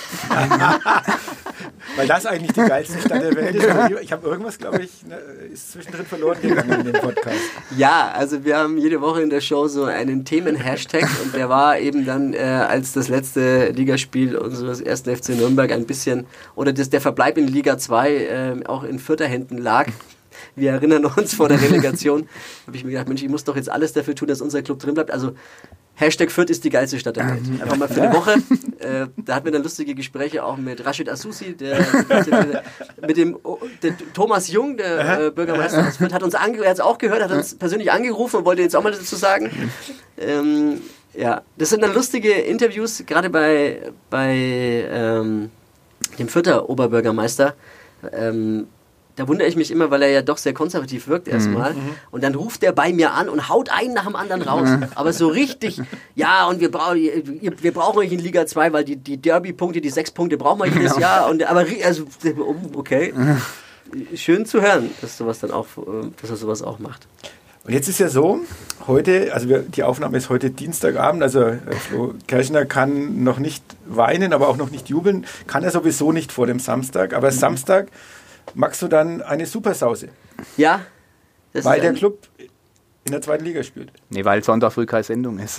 Weil das eigentlich die geilste Stadt der Welt ist. Ich habe irgendwas, glaube ich, ist zwischendrin verloren gegangen in dem Podcast. Ja, also wir haben jede Woche in der Show so einen Themen-Hashtag und der war eben dann, als das letzte Ligaspiel unseres ersten FC Nürnberg ein bisschen, oder der Verbleib in Liga 2 auch in Fürther Händen lag. Wir erinnern uns vor der Relegation, habe ich mir gedacht, Mensch, ich muss doch jetzt alles dafür tun, dass unser Club drin bleibt. Also Hashtag Fürth ist die geilste Stadt der Welt. Einfach mal für eine Woche. Da hatten wir dann lustige Gespräche auch mit Rashid Asusi, mit dem Thomas Jung, der Bürgermeister aus Fürth, er hat es auch gehört, hat uns persönlich angerufen und wollte jetzt auch mal dazu sagen. Ja, das sind dann lustige Interviews, gerade bei dem Fürther Oberbürgermeister. Da wundere ich mich immer, weil er ja doch sehr konservativ wirkt erstmal. Und dann ruft er bei mir an und haut einen nach dem anderen raus. Aber so richtig, ja, und wir brauchen euch in Liga 2, weil die Derby-Punkte, die 6 Punkte brauchen wir jedes Jahr. Okay. Schön zu hören, dass er sowas auch macht. Und jetzt ist ja so, heute, also die Aufnahme ist heute Dienstagabend, also Flo Kerschner kann noch nicht weinen, aber auch noch nicht jubeln, kann er sowieso nicht vor dem Samstag, aber Samstag magst du dann eine Supersause? Ja. Weil der Club in der 2. Liga spielt. Nee, weil Sonntag früh keine Sendung ist.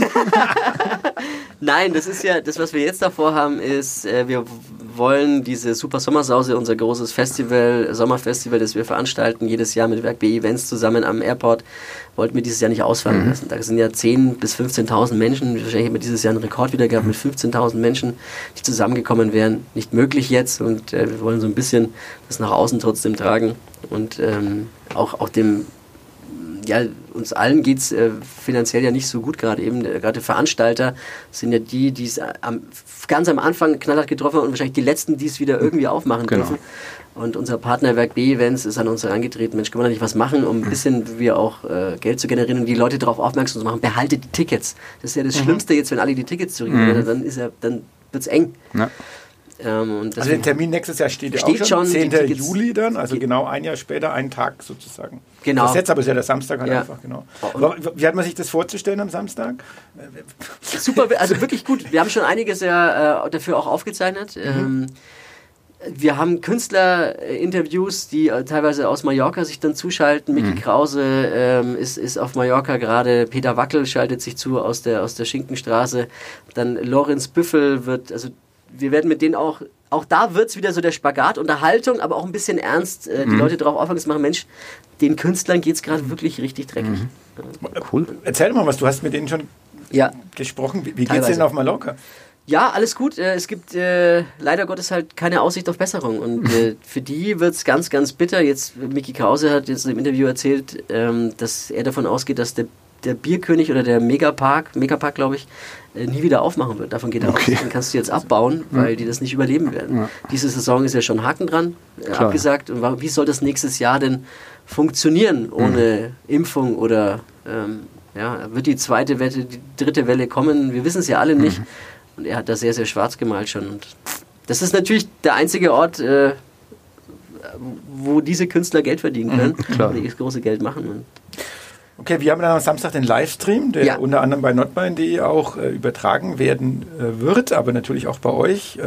Nein, das ist ja, das was wir jetzt davor haben, ist, wir wollen diese Super Sommersause, unser großes Festival, Sommerfestival, das wir veranstalten, jedes Jahr mit Werk B Events zusammen am Airport, wollten wir dieses Jahr nicht ausfallen lassen. Da sind ja 10.000 bis 15.000 Menschen, wahrscheinlich haben wir dieses Jahr einen Rekord wieder gehabt mit 15.000 Menschen, die zusammengekommen wären. Nicht möglich jetzt und wir wollen so ein bisschen das nach außen trotzdem tragen und auch dem, ja, uns allen geht es finanziell ja nicht so gut gerade. Gerade Veranstalter sind ja die es ganz am Anfang knallhart getroffen haben und wahrscheinlich die Letzten, die es wieder irgendwie aufmachen dürfen. Und unser Partner Werk B Events ist an uns herangetreten, Mensch, können wir da nicht was machen, um ein bisschen wir auch Geld zu generieren und die Leute darauf aufmerksam zu machen, behaltet die Tickets. Das ist ja das Schlimmste jetzt, wenn alle die Tickets zurückgeben, dann wird es eng. Ja. Also der Termin nächstes Jahr steht ja auch schon 10. Juli dann, also genau ein Jahr später, einen Tag sozusagen. Genau. Das jetzt aber ist ja der Samstag halt einfach, genau. Wie hat man sich das vorzustellen am Samstag? Super, also wirklich gut. Wir haben schon einiges dafür auch aufgezeichnet. Wir haben Künstlerinterviews, die teilweise aus Mallorca sich dann zuschalten. Micky Krause ist auf Mallorca gerade. Peter Wackel schaltet sich zu aus der Schinkenstraße. Dann Lorenz Büffel wir werden mit denen auch da wird es wieder so der Spagat, Unterhaltung, aber auch ein bisschen ernst, die Leute darauf aufmerksam machen, Mensch, den Künstlern geht es gerade wirklich richtig dreckig. Cool. Erzähl mal was, du hast mit denen schon gesprochen. Wie geht es denen auf Mallorca? Ja, alles gut. Es gibt leider Gottes halt keine Aussicht auf Besserung. Und für die wird es ganz, ganz bitter. Jetzt, Micky Krause hat jetzt im Interview erzählt, dass er davon ausgeht, dass der Bierkönig oder der Megapark, glaube ich, nie wieder aufmachen wird. Davon geht er aus. Den kannst du jetzt abbauen, weil die das nicht überleben werden. Ja. Diese Saison ist ja schon Haken dran, abgesagt. Und wie soll das nächstes Jahr denn funktionieren ohne Impfung oder wird die zweite Welle, die dritte Welle kommen? Wir wissen es ja alle nicht. Und er hat da sehr, sehr schwarz gemalt schon. Und das ist natürlich der einzige Ort, wo diese Künstler Geld verdienen können, die das große Geld machen. Und okay, wir haben dann am Samstag den Livestream, der unter anderem bei notbein.de auch übertragen werden wird, aber natürlich auch bei euch.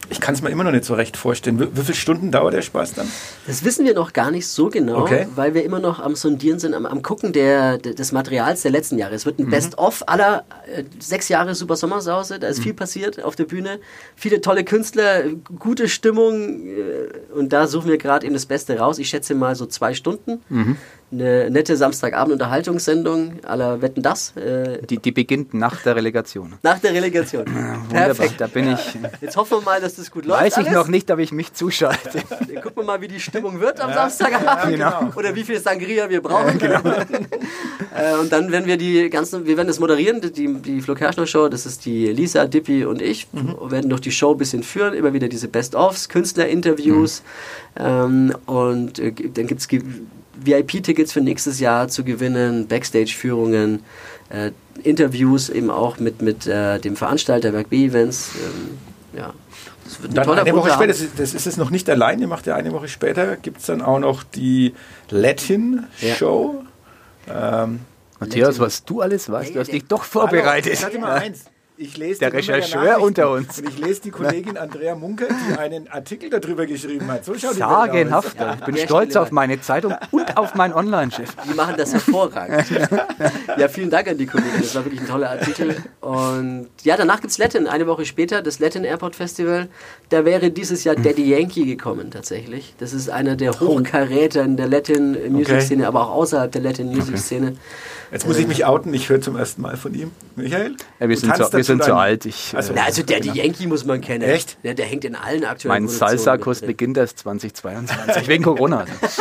Ich kann es mir immer noch nicht so recht vorstellen. Wie viele Stunden dauert der Spaß dann? Das wissen wir noch gar nicht so genau, Okay. weil wir immer noch am Sondieren sind, am Gucken des Materials der letzten Jahre. Es wird ein Best-of aller 6 Jahre Super Sommersause. Da ist viel passiert auf der Bühne. Viele tolle Künstler, gute Stimmung. Und da suchen wir gerade eben das Beste raus. Ich schätze mal so 2 Stunden. Eine nette Samstagabend-Unterhaltungssendung aller Wetten, das. Die beginnt nach der Relegation. Nach der Relegation. Wunderbar, da bin ich. Jetzt hoffen wir mal, dass das gut läuft. Weiß ich alles. noch nicht, ob ich mich zuschalte. Gucken wir mal, wie die Stimmung wird am Samstagabend. genau. Oder wie viel Sangria wir brauchen. Und dann werden wir wir werden das moderieren, die Flo Kerschner Show, das ist die Lisa, Dippy und ich, werden durch die Show ein bisschen führen, immer wieder diese Best-ofs, Künstlerinterviews und dann gibt es VIP-Tickets für nächstes Jahr zu gewinnen, Backstage-Führungen, Interviews eben auch mit dem Veranstalter Werk B-Events. Ja, das wird ein Dann toller eine Woche Programm. später, das ist es noch nicht allein, ihr macht ja eine Woche später, gibt es dann auch noch die Latin-Show. Matthias, was du alles weißt, du hast dich doch vorbereitet. Ich sag dir mal eins. Ich lese Der die Nürnberger Rechercheur Nachrichten unter uns. Und ich lese die Kollegin Andrea Munke, die einen Artikel darüber geschrieben hat. So schaut die Welt Sagenhaft. Ja, Ich bin der stolz Stelle auf meine Zeitung und auf mein Online-Chef. Die machen das hervorragend. Ja, vielen Dank an die Kollegen. Das war wirklich ein toller Artikel. Und ja, danach gibt es Latin. Eine Woche später, das Latin Airport Festival. Da wäre dieses Jahr Daddy Yankee gekommen, tatsächlich. Das ist einer der Hochkaräter in der Latin Music Szene, aber auch außerhalb der Latin Music Szene. Jetzt muss ich mich outen, ich höre zum ersten Mal von ihm. Michael? Ja, wir Du sind tanzt zu dazu alt. Also Daddy Yankee muss man kennen. Echt? Der hängt in allen aktuellen Mein Produktionen Salsa-Kurs mit drin. beginnt erst 2022, wegen Corona.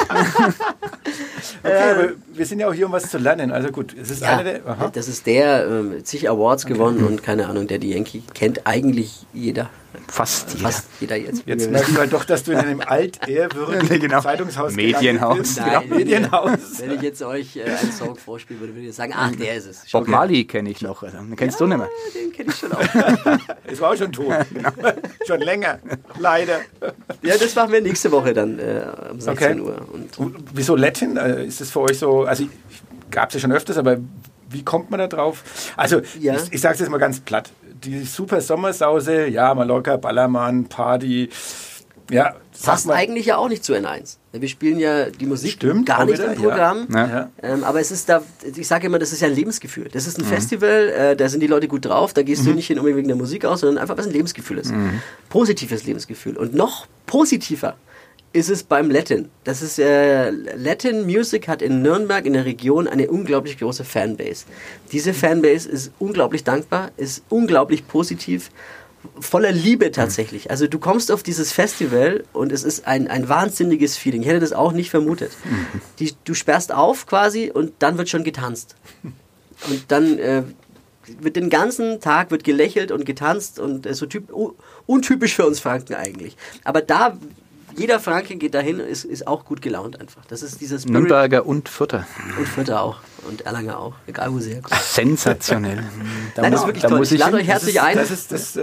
Okay, aber wir sind ja auch hier, um was zu lernen. Also gut, es ist Ja, einer der... Aha. das ist der, zig Awards gewonnen und keine Ahnung, Daddy Yankee kennt eigentlich jeder. Fast Jeder jetzt. Jetzt merkst du halt doch, dass du in einem altehrwürdigen Genau. Zeitungshaus Medienhaus. gelandet bist. Nein, Medienhaus. Wenn ich jetzt euch einen Song vorspielen würde, würdet ihr sagen, ach, der ist es. Bob Marley kenne ich noch. Also, den kennst du nicht mehr. Den kenne ich schon auch. Es war auch schon tot. Schon länger. Leider. Ja, das machen wir nächste Woche dann um 16 Uhr. Und wieso Latin? Ist das für euch so... Also gab es ja schon öfters, aber wie kommt man da drauf? Also Ja. ich sage es jetzt mal ganz platt. Die super Sommersause, ja, Mallorca, Ballermann, Party... Ja, Passt eigentlich ja auch nicht zu N1. Wir spielen ja die Musik Stimmt, gar auch nicht wieder, im Programm. Ja. Aber es ist da, ich sage immer, das ist ja ein Lebensgefühl. Das ist ein Festival, da sind die Leute gut drauf, da gehst du nicht hin unbedingt wegen der Musik aus, sondern einfach, was ein Lebensgefühl ist. Positives Lebensgefühl. Und noch positiver ist es beim Latin. Das ist, Latin Music hat in Nürnberg, in der Region, eine unglaublich große Fanbase. Diese Fanbase ist unglaublich dankbar, ist unglaublich positiv, voller Liebe tatsächlich. Also du kommst auf dieses Festival und es ist ein wahnsinniges Feeling. Ich hätte das auch nicht vermutet. Du sperrst auf quasi und dann wird schon getanzt. Und dann wird den ganzen Tag wird gelächelt und getanzt und so untypisch für uns Franken eigentlich. Aber da jeder Franke geht dahin, ist auch gut gelaunt einfach. Das ist dieses Spirit. Nürnberger und Fürther. Und Fürther auch. Und Erlanger auch. Egal, wo sie herkommen. Sensationell. Nein, das ist wirklich toll. Ich lade euch herzlich ein. Das ist das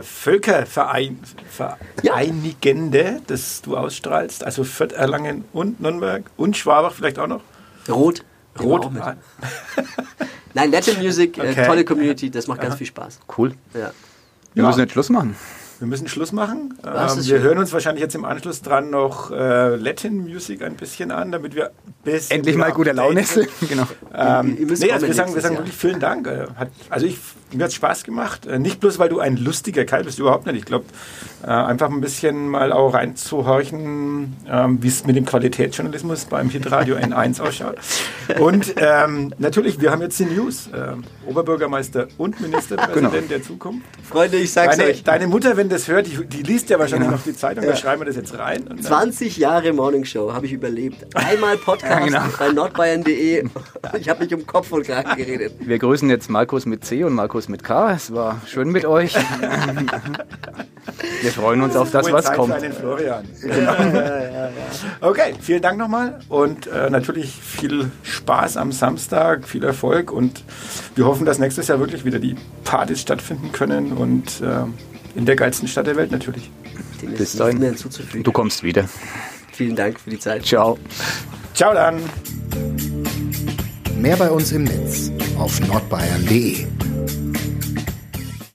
Völkervereinigende, das du ausstrahlst. Also Fürth, Erlangen und Nürnberg und Schwabach vielleicht auch noch. Rot. Rot. Auch mit. Nein, Latin Music, Okay. tolle Community, das macht ganz viel Spaß. Cool. Ja. Wir müssen jetzt Schluss machen. Wir müssen Schluss machen. Das ist Wir schön. hören uns wahrscheinlich jetzt im Anschluss dran noch Latin Music ein bisschen an, damit wir Endlich mal gute Laune sind. Genau. Ihr müsst Nee, kommen also wir sagen nächstes Jahr. wirklich vielen Dank. Mir hat es Spaß gemacht. Nicht bloß, weil du ein lustiger Kerl bist, überhaupt nicht. Ich glaube, einfach ein bisschen mal auch reinzuhorchen, wie es mit dem Qualitätsjournalismus beim Hitradio N1 ausschaut. Und natürlich, wir haben jetzt die News. Oberbürgermeister und Ministerpräsident der Zukunft. Freunde, ich sag's euch. Deine Mutter, wenn das hört, die liest ja wahrscheinlich noch die Zeitung, da schreiben wir das jetzt rein. Und 20 Jahre Morningshow habe ich überlebt. Einmal Podcast bei nordbayern.de. Ich habe mich um Kopf und Kragen geredet. Wir grüßen jetzt Markus mit C und Markus mit K. Es war schön mit euch. Wir freuen uns auf das, Hohe was Zeit kommt. für einen Florian. Okay, vielen Dank nochmal und natürlich viel Spaß am Samstag, viel Erfolg und wir hoffen, dass nächstes Jahr wirklich wieder die Partys stattfinden können und in der geilsten Stadt der Welt natürlich. Dem Bis ist nichts dahin. mehr hinzuzufügen. Du kommst wieder. Vielen Dank für die Zeit. Ciao. Ciao dann! Mehr bei uns im Netz auf nordbayern.de.